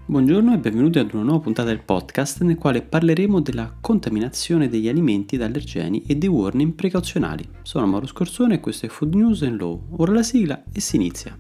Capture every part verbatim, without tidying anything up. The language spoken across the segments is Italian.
Buongiorno e benvenuti ad una nuova puntata del podcast nel quale parleremo della contaminazione degli alimenti da allergeni e dei warning precauzionali. Sono Mauro Scorsone e questo è Food News and Law. Ora la sigla e si inizia.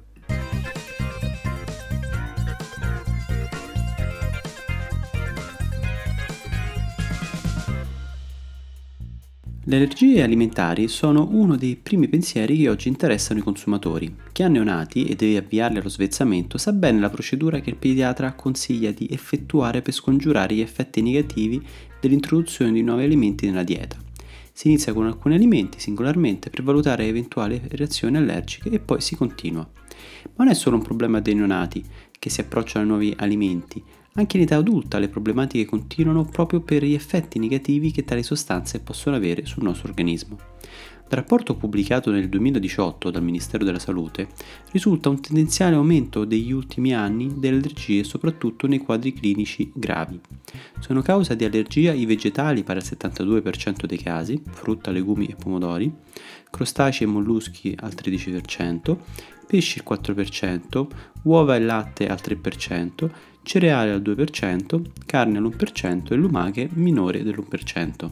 Le allergie alimentari sono uno dei primi pensieri che oggi interessano i consumatori. Chi ha neonati e deve avviarli allo svezzamento sa bene la procedura che il pediatra consiglia di effettuare per scongiurare gli effetti negativi dell'introduzione di nuovi alimenti nella dieta. Si inizia con alcuni alimenti singolarmente per valutare eventuali reazioni allergiche e poi si continua. Ma non è solo un problema dei neonati che si approcciano ai nuovi alimenti. Anche in età adulta le problematiche continuano proprio per gli effetti negativi che tali sostanze possono avere sul nostro organismo. Dal rapporto pubblicato nel duemiladiciotto dal Ministero della Salute risulta un tendenziale aumento degli ultimi anni delle allergie soprattutto nei quadri clinici gravi. Sono causa di allergia i vegetali pari al settantadue per cento dei casi, frutta, legumi e pomodori, crostacei e molluschi al tredici per cento, pesci il quattro per cento, uova e latte al tre per cento, cereali al due per cento, carne all'uno per cento e lumache minore dell'uno per cento.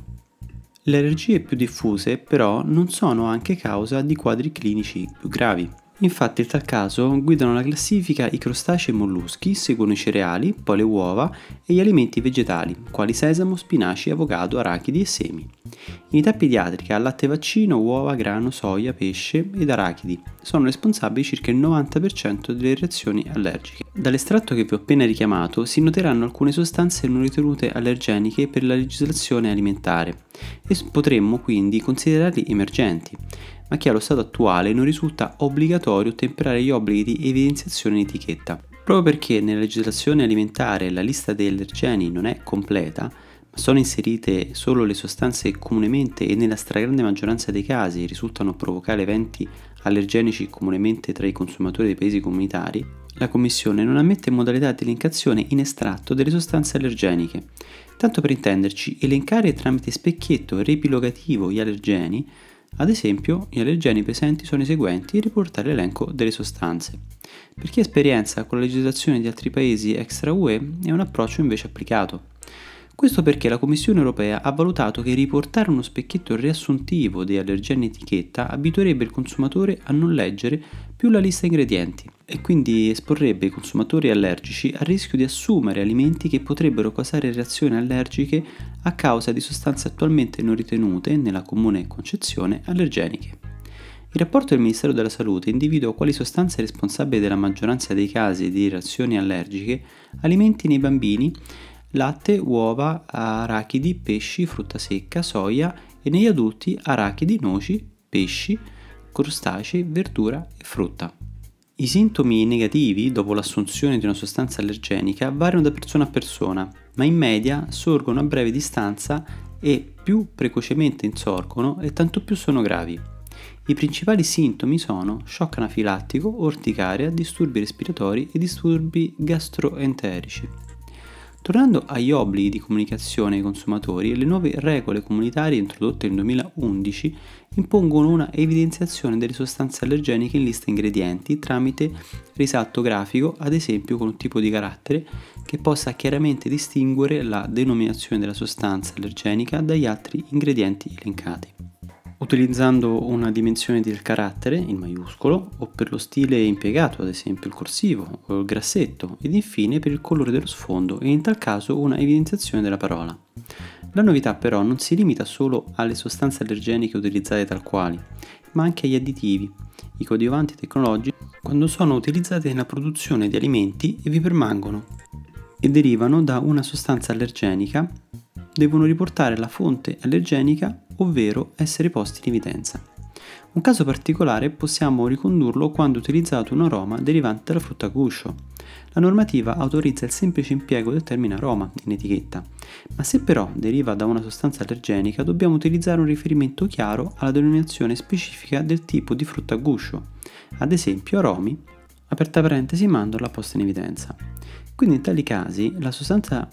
Le allergie più diffuse però non sono anche causa di quadri clinici più gravi. Infatti in tal caso guidano la classifica i crostacei e molluschi, seguono i cereali, poi le uova e gli alimenti vegetali, quali sesamo, spinaci, avocado, arachidi e semi. In età pediatrica latte vaccino, uova, grano, soia, pesce ed arachidi sono responsabili circa il novanta per cento delle reazioni allergiche. Dall'estratto che vi ho appena richiamato si noteranno alcune sostanze non ritenute allergeniche per la legislazione alimentare e potremmo quindi considerarli emergenti, ma che allo stato attuale non risulta obbligatorio ottemperare gli obblighi di evidenziazione in etichetta. Proprio perché nella legislazione alimentare la lista degli allergeni non è completa, ma sono inserite solo le sostanze che comunemente e nella stragrande maggioranza dei casi risultano provocare eventi allergenici comunemente tra i consumatori dei paesi comunitari, la Commissione non ammette modalità di elencazione in estratto delle sostanze allergeniche. Tanto per intenderci, elencare tramite specchietto riepilogativo gli allergeni, ad esempio, gli allergeni presenti sono i seguenti e riportare l'elenco delle sostanze. Per chi ha esperienza con la legislazione di altri paesi extra U E è un approccio invece applicato. Questo perché la Commissione europea ha valutato che riportare uno specchietto riassuntivo degli allergeni in etichetta abituerebbe il consumatore a non leggere più la lista ingredienti e quindi esporrebbe i consumatori allergici al rischio di assumere alimenti che potrebbero causare reazioni allergiche a causa di sostanze attualmente non ritenute, nella comune concezione, allergeniche. Il rapporto del Ministero della Salute individua quali sostanze responsabili della maggioranza dei casi di reazioni allergiche alimenti nei bambini, latte, uova, arachidi, pesci, frutta secca, soia e negli adulti arachidi, noci, pesci, crostacei, verdura e frutta. I sintomi negativi dopo l'assunzione di una sostanza allergenica variano da persona a persona, ma in media sorgono a breve distanza e più precocemente insorgono e tanto più sono gravi. I principali sintomi sono shock anafilattico, orticaria, disturbi respiratori e disturbi gastroenterici. Tornando agli obblighi di comunicazione ai consumatori, le nuove regole comunitarie introdotte nel duemilaundici impongono una evidenziazione delle sostanze allergeniche in lista ingredienti tramite risalto grafico, ad esempio con un tipo di carattere che possa chiaramente distinguere la denominazione della sostanza allergenica dagli altri ingredienti elencati. Utilizzando una dimensione del carattere, in maiuscolo, o per lo stile impiegato, ad esempio il corsivo o il grassetto, ed infine per il colore dello sfondo e in tal caso una evidenziazione della parola. La novità però non si limita solo alle sostanze allergeniche utilizzate tal quali, ma anche agli additivi, i coadiuvanti tecnologici, quando sono utilizzati nella produzione di alimenti e vi permangono e derivano da una sostanza allergenica, devono riportare la fonte allergenica, ovvero essere posti in evidenza. Un caso particolare possiamo ricondurlo quando utilizzato un aroma derivante dalla frutta a guscio. La normativa autorizza il semplice impiego del termine aroma in etichetta, ma se però deriva da una sostanza allergenica dobbiamo utilizzare un riferimento chiaro alla denominazione specifica del tipo di frutta a guscio, ad esempio aromi, aperta parentesi, mandorla posta in evidenza. Quindi in tali casi la sostanza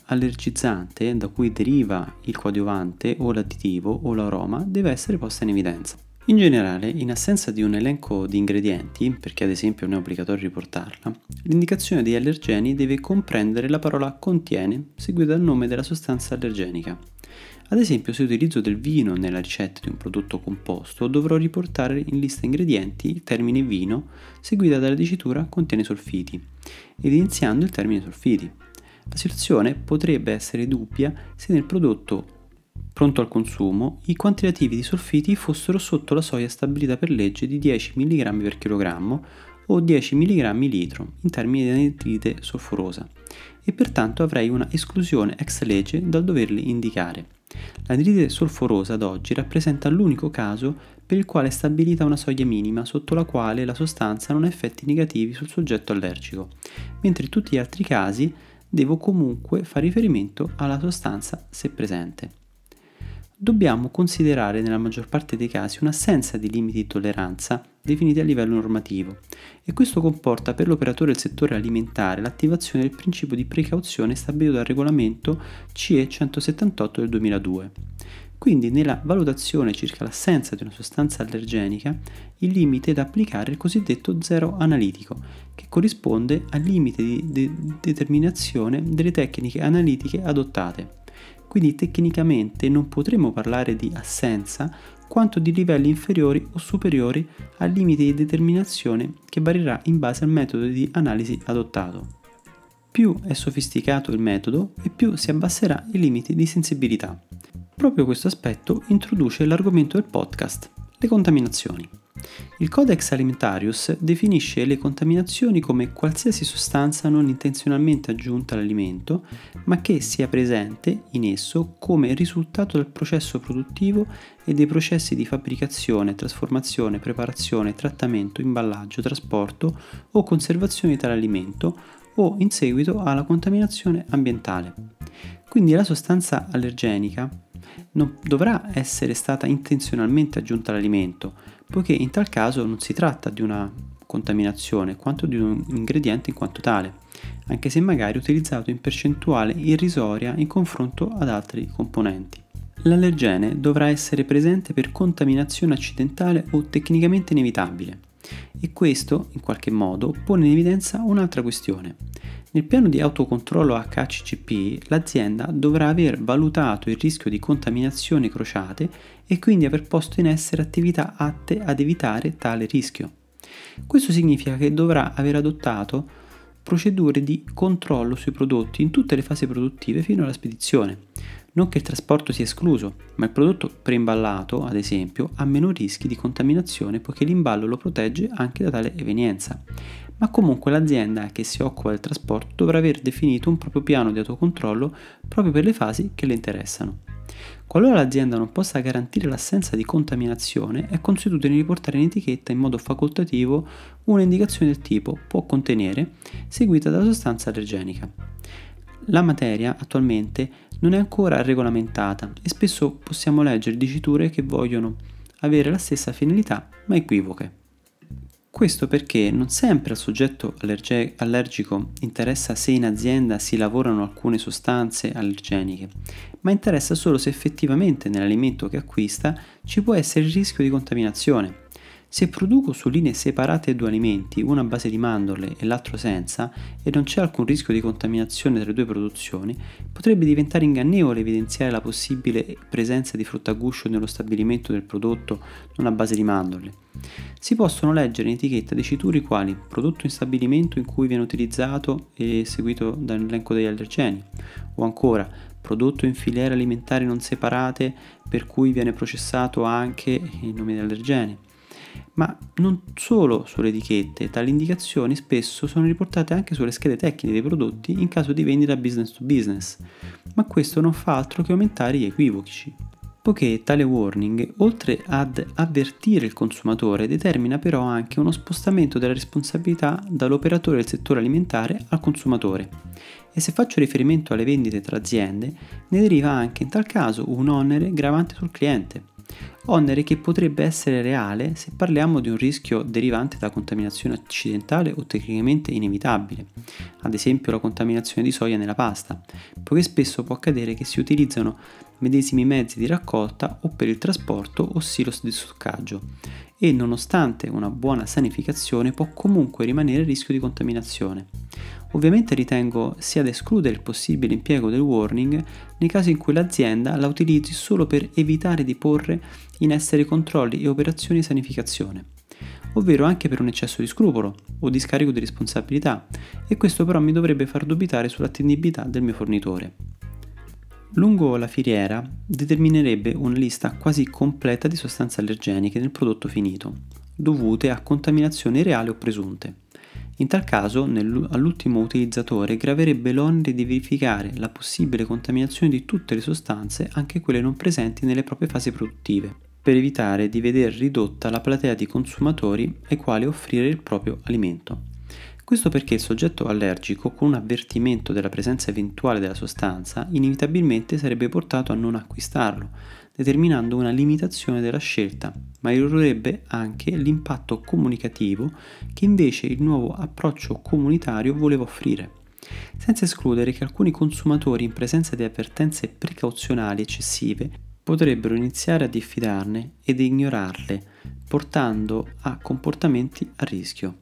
allergizzante da cui deriva il coadiuvante o l'additivo o l'aroma deve essere posta in evidenza. In generale, in assenza di un elenco di ingredienti, perché ad esempio non è obbligatorio riportarla, l'indicazione degli allergeni deve comprendere la parola contiene, seguita dal nome della sostanza allergenica. Ad esempio, se utilizzo del vino nella ricetta di un prodotto composto, dovrò riportare in lista ingredienti il termine vino, seguita dalla dicitura contiene solfiti, evidenziando il termine solfiti. La situazione potrebbe essere dubbia se nel prodotto pronto al consumo i quantitativi di solfiti fossero sotto la soglia stabilita per legge di dieci milligrammi per chilogrammo o dieci milligrammi litro in termini di anidride solforosa e pertanto avrei una esclusione ex legge dal doverli indicare. L'anidride solforosa ad oggi rappresenta l'unico caso per il quale è stabilita una soglia minima sotto la quale la sostanza non ha effetti negativi sul soggetto allergico, mentre in tutti gli altri casi devo comunque fare riferimento alla sostanza se presente. Dobbiamo considerare nella maggior parte dei casi un'assenza di limiti di tolleranza definiti a livello normativo e questo comporta per l'operatore del settore alimentare l'attivazione del principio di precauzione stabilito dal regolamento C E centosettantotto del duemiladue. Quindi nella valutazione circa l'assenza di una sostanza allergenica, il limite è da applicare è il cosiddetto zero analitico, che corrisponde al limite di de- determinazione delle tecniche analitiche adottate. Quindi tecnicamente non potremo parlare di assenza quanto di livelli inferiori o superiori al limite di determinazione che varierà in base al metodo di analisi adottato. Più è sofisticato il metodo e più si abbasserà il limite di sensibilità. Proprio questo aspetto introduce l'argomento del podcast, le contaminazioni. Il Codex Alimentarius definisce le contaminazioni come qualsiasi sostanza non intenzionalmente aggiunta all'alimento, ma che sia presente in esso come risultato del processo produttivo e dei processi di fabbricazione, trasformazione, preparazione, trattamento, imballaggio, trasporto o conservazione di tale alimento o in seguito alla contaminazione ambientale. Quindi la sostanza allergenica non dovrà essere stata intenzionalmente aggiunta all'alimento, poiché in tal caso non si tratta di una contaminazione quanto di un ingrediente in quanto tale, anche se magari utilizzato in percentuale irrisoria in confronto ad altri componenti. L'allergene dovrà essere presente per contaminazione accidentale o tecnicamente inevitabile, e questo, in qualche modo, pone in evidenza un'altra questione. Nel piano di autocontrollo H A C C P l'azienda dovrà aver valutato il rischio di contaminazioni crociate e quindi aver posto in essere attività atte ad evitare tale rischio. Questo significa che dovrà aver adottato procedure di controllo sui prodotti in tutte le fasi produttive fino alla spedizione. Non che il trasporto sia escluso, ma il prodotto preimballato, ad esempio, ha meno rischi di contaminazione poiché l'imballo lo protegge anche da tale evenienza. Ma comunque l'azienda che si occupa del trasporto dovrà aver definito un proprio piano di autocontrollo proprio per le fasi che le interessano. Qualora l'azienda non possa garantire l'assenza di contaminazione, è consuetudine riportare in etichetta in modo facoltativo una indicazione del tipo può contenere, seguita dalla sostanza allergenica. La materia attualmente non è ancora regolamentata e spesso possiamo leggere diciture che vogliono avere la stessa finalità ma equivoche. Questo perché non sempre al soggetto allerge- allergico interessa se in azienda si lavorano alcune sostanze allergeniche, ma interessa solo se effettivamente nell'alimento che acquista ci può essere il rischio di contaminazione. Se produco su linee separate due alimenti, una a base di mandorle e l'altro senza, e non c'è alcun rischio di contaminazione tra le due produzioni, potrebbe diventare ingannevole evidenziare la possibile presenza di frutta a guscio nello stabilimento del prodotto non a base di mandorle. Si possono leggere in etichetta diciture quali prodotto in stabilimento in cui viene utilizzato e seguito dall'elenco degli allergeni, o ancora prodotto in filiere alimentari non separate per cui viene processato anche il nome degli allergeni. Ma non solo sulle etichette, tali indicazioni spesso sono riportate anche sulle schede tecniche dei prodotti in caso di vendita business to business, ma questo non fa altro che aumentare gli equivoci, poiché tale warning, oltre ad avvertire il consumatore, determina però anche uno spostamento della responsabilità dall'operatore del settore alimentare al consumatore. E se faccio riferimento alle vendite tra aziende, ne deriva anche in tal caso un onere gravante sul cliente. Onere che potrebbe essere reale se parliamo di un rischio derivante da contaminazione accidentale o tecnicamente inevitabile, ad esempio la contaminazione di soia nella pasta, poiché spesso può accadere che si utilizzano medesimi mezzi di raccolta o per il trasporto o silos di stoccaggio e, nonostante una buona sanificazione, può comunque rimanere il rischio di contaminazione. Ovviamente ritengo sia da escludere il possibile impiego del warning nei casi in cui l'azienda la utilizzi solo per evitare di porre in essere controlli e operazioni di sanificazione, ovvero anche per un eccesso di scrupolo o di scarico di responsabilità, e questo però mi dovrebbe far dubitare sull'attendibilità del mio fornitore. Lungo la filiera determinerebbe una lista quasi completa di sostanze allergeniche nel prodotto finito, dovute a contaminazioni reali o presunte. In tal caso, all'ultimo utilizzatore graverebbe l'onere di verificare la possibile contaminazione di tutte le sostanze, anche quelle non presenti nelle proprie fasi produttive, per evitare di veder ridotta la platea di consumatori ai quali offrire il proprio alimento. Questo perché il soggetto allergico, con un avvertimento della presenza eventuale della sostanza, inevitabilmente sarebbe portato a non acquistarlo, determinando una limitazione della scelta, ma eroderebbe anche l'impatto comunicativo che invece il nuovo approccio comunitario voleva offrire, senza escludere che alcuni consumatori, in presenza di avvertenze precauzionali eccessive, potrebbero iniziare a diffidarne ed ignorarle, portando a comportamenti a rischio.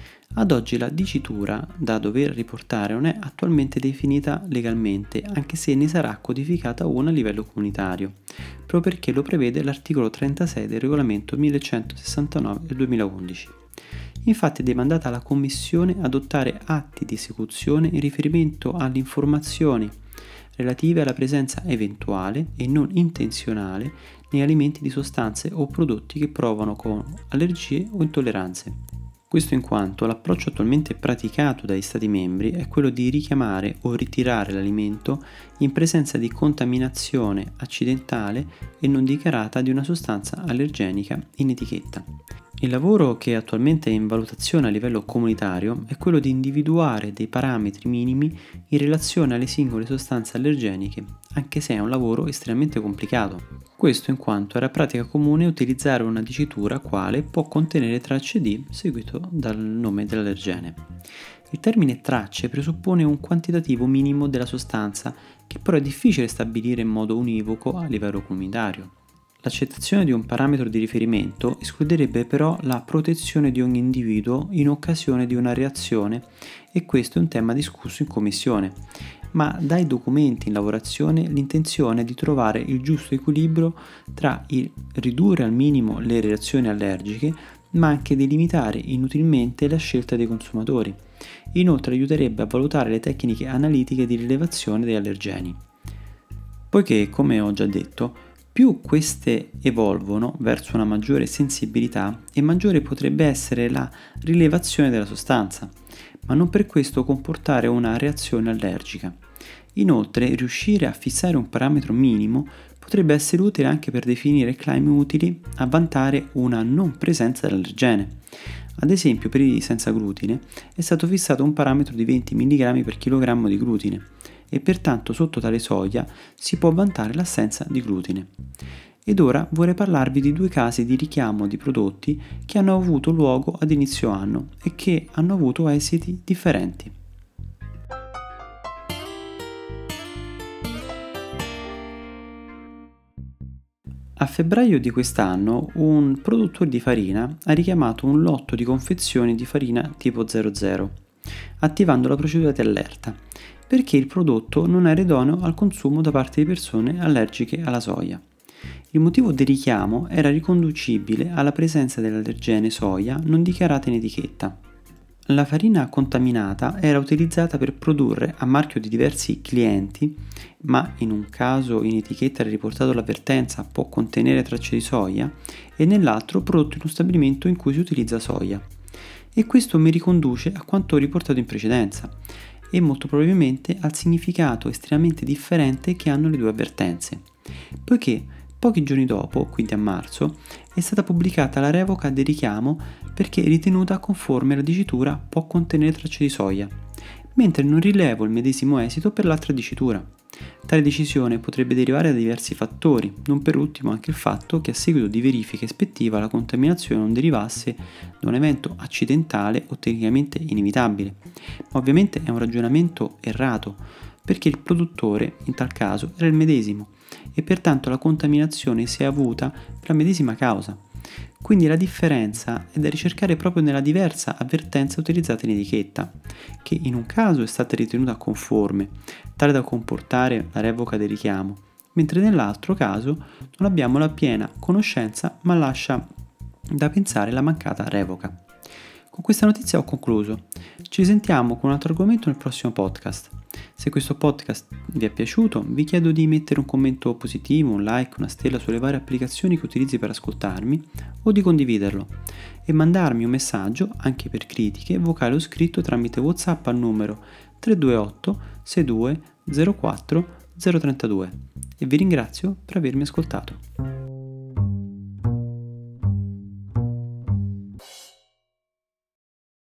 Ad oggi la dicitura da dover riportare non è attualmente definita legalmente, anche se ne sarà codificata una a livello comunitario, proprio perché lo prevede l'articolo trentasei del regolamento millecentosessantanove del duemilaundici. Infatti è demandata alla Commissione adottare atti di esecuzione in riferimento alle informazioni relative alla presenza eventuale e non intenzionale nei alimenti di sostanze o prodotti che provano con allergie o intolleranze. Questo in quanto l'approccio attualmente praticato dagli Stati membri è quello di richiamare o ritirare l'alimento in presenza di contaminazione accidentale e non dichiarata di una sostanza allergenica in etichetta. Il lavoro che attualmente è in valutazione a livello comunitario è quello di individuare dei parametri minimi in relazione alle singole sostanze allergeniche, anche se è un lavoro estremamente complicato. Questo in quanto era pratica comune utilizzare una dicitura quale può contenere tracce di seguito dal nome dell'allergene. Il termine tracce presuppone un quantitativo minimo della sostanza che però è difficile stabilire in modo univoco a livello comunitario. L'accettazione di un parametro di riferimento escluderebbe però la protezione di ogni individuo in occasione di una reazione, e questo è un tema discusso in commissione, ma dai documenti in lavorazione l'intenzione è di trovare il giusto equilibrio tra il ridurre al minimo le reazioni allergiche, ma anche di limitare inutilmente la scelta dei consumatori. Inoltre aiuterebbe a valutare le tecniche analitiche di rilevazione degli allergeni. Poiché, come ho già detto, più queste evolvono verso una maggiore sensibilità e maggiore potrebbe essere la rilevazione della sostanza, ma non per questo comportare una reazione allergica. Inoltre, riuscire a fissare un parametro minimo potrebbe essere utile anche per definire claim utili a vantare una non presenza dell'allergene. Ad esempio, per i senza glutine è stato fissato un parametro di venti milligrammi per chilogrammo di glutine, e pertanto sotto tale soglia si può vantare l'assenza di glutine. Ed ora vorrei parlarvi di due casi di richiamo di prodotti che hanno avuto luogo ad inizio anno e che hanno avuto esiti differenti. A febbraio di quest'anno un produttore di farina ha richiamato un lotto di confezioni di farina tipo zero zero, attivando la procedura di allerta, perché il prodotto non era idoneo al consumo da parte di persone allergiche alla soia. Il motivo del richiamo era riconducibile alla presenza dell'allergene soia non dichiarata in etichetta. La farina contaminata era utilizzata per produrre a marchio di diversi clienti, ma in un caso in etichetta era riportato l'avvertenza può contenere tracce di soia e nell'altro prodotto in uno stabilimento in cui si utilizza soia. E questo mi riconduce a quanto riportato in precedenza e molto probabilmente al significato estremamente differente che hanno le due avvertenze, poiché pochi giorni dopo, quindi a marzo, è stata pubblicata la revoca del richiamo perché ritenuta conforme alla dicitura può contenere tracce di soia, mentre non rilevo il medesimo esito per l'altra dicitura. Tale decisione potrebbe derivare da diversi fattori, non per ultimo anche il fatto che a seguito di verifica ispettiva la contaminazione non derivasse da un evento accidentale o tecnicamente inevitabile, ma ovviamente è un ragionamento errato, perché il produttore, in tal caso, era il medesimo e pertanto la contaminazione si è avuta per la medesima causa. Quindi la differenza è da ricercare proprio nella diversa avvertenza utilizzata in etichetta, che in un caso è stata ritenuta conforme, tale da comportare la revoca del richiamo, mentre nell'altro caso non abbiamo la piena conoscenza ma lascia da pensare la mancata revoca. Con questa notizia ho concluso. Ci sentiamo con un altro argomento nel prossimo podcast. Se questo podcast vi è piaciuto, vi chiedo di mettere un commento positivo, un like, una stella sulle varie applicazioni che utilizzi per ascoltarmi o di condividerlo e mandarmi un messaggio, anche per critiche, vocale o scritto tramite WhatsApp al numero tre due otto sei due zero quattro zero tre due e vi ringrazio per avermi ascoltato.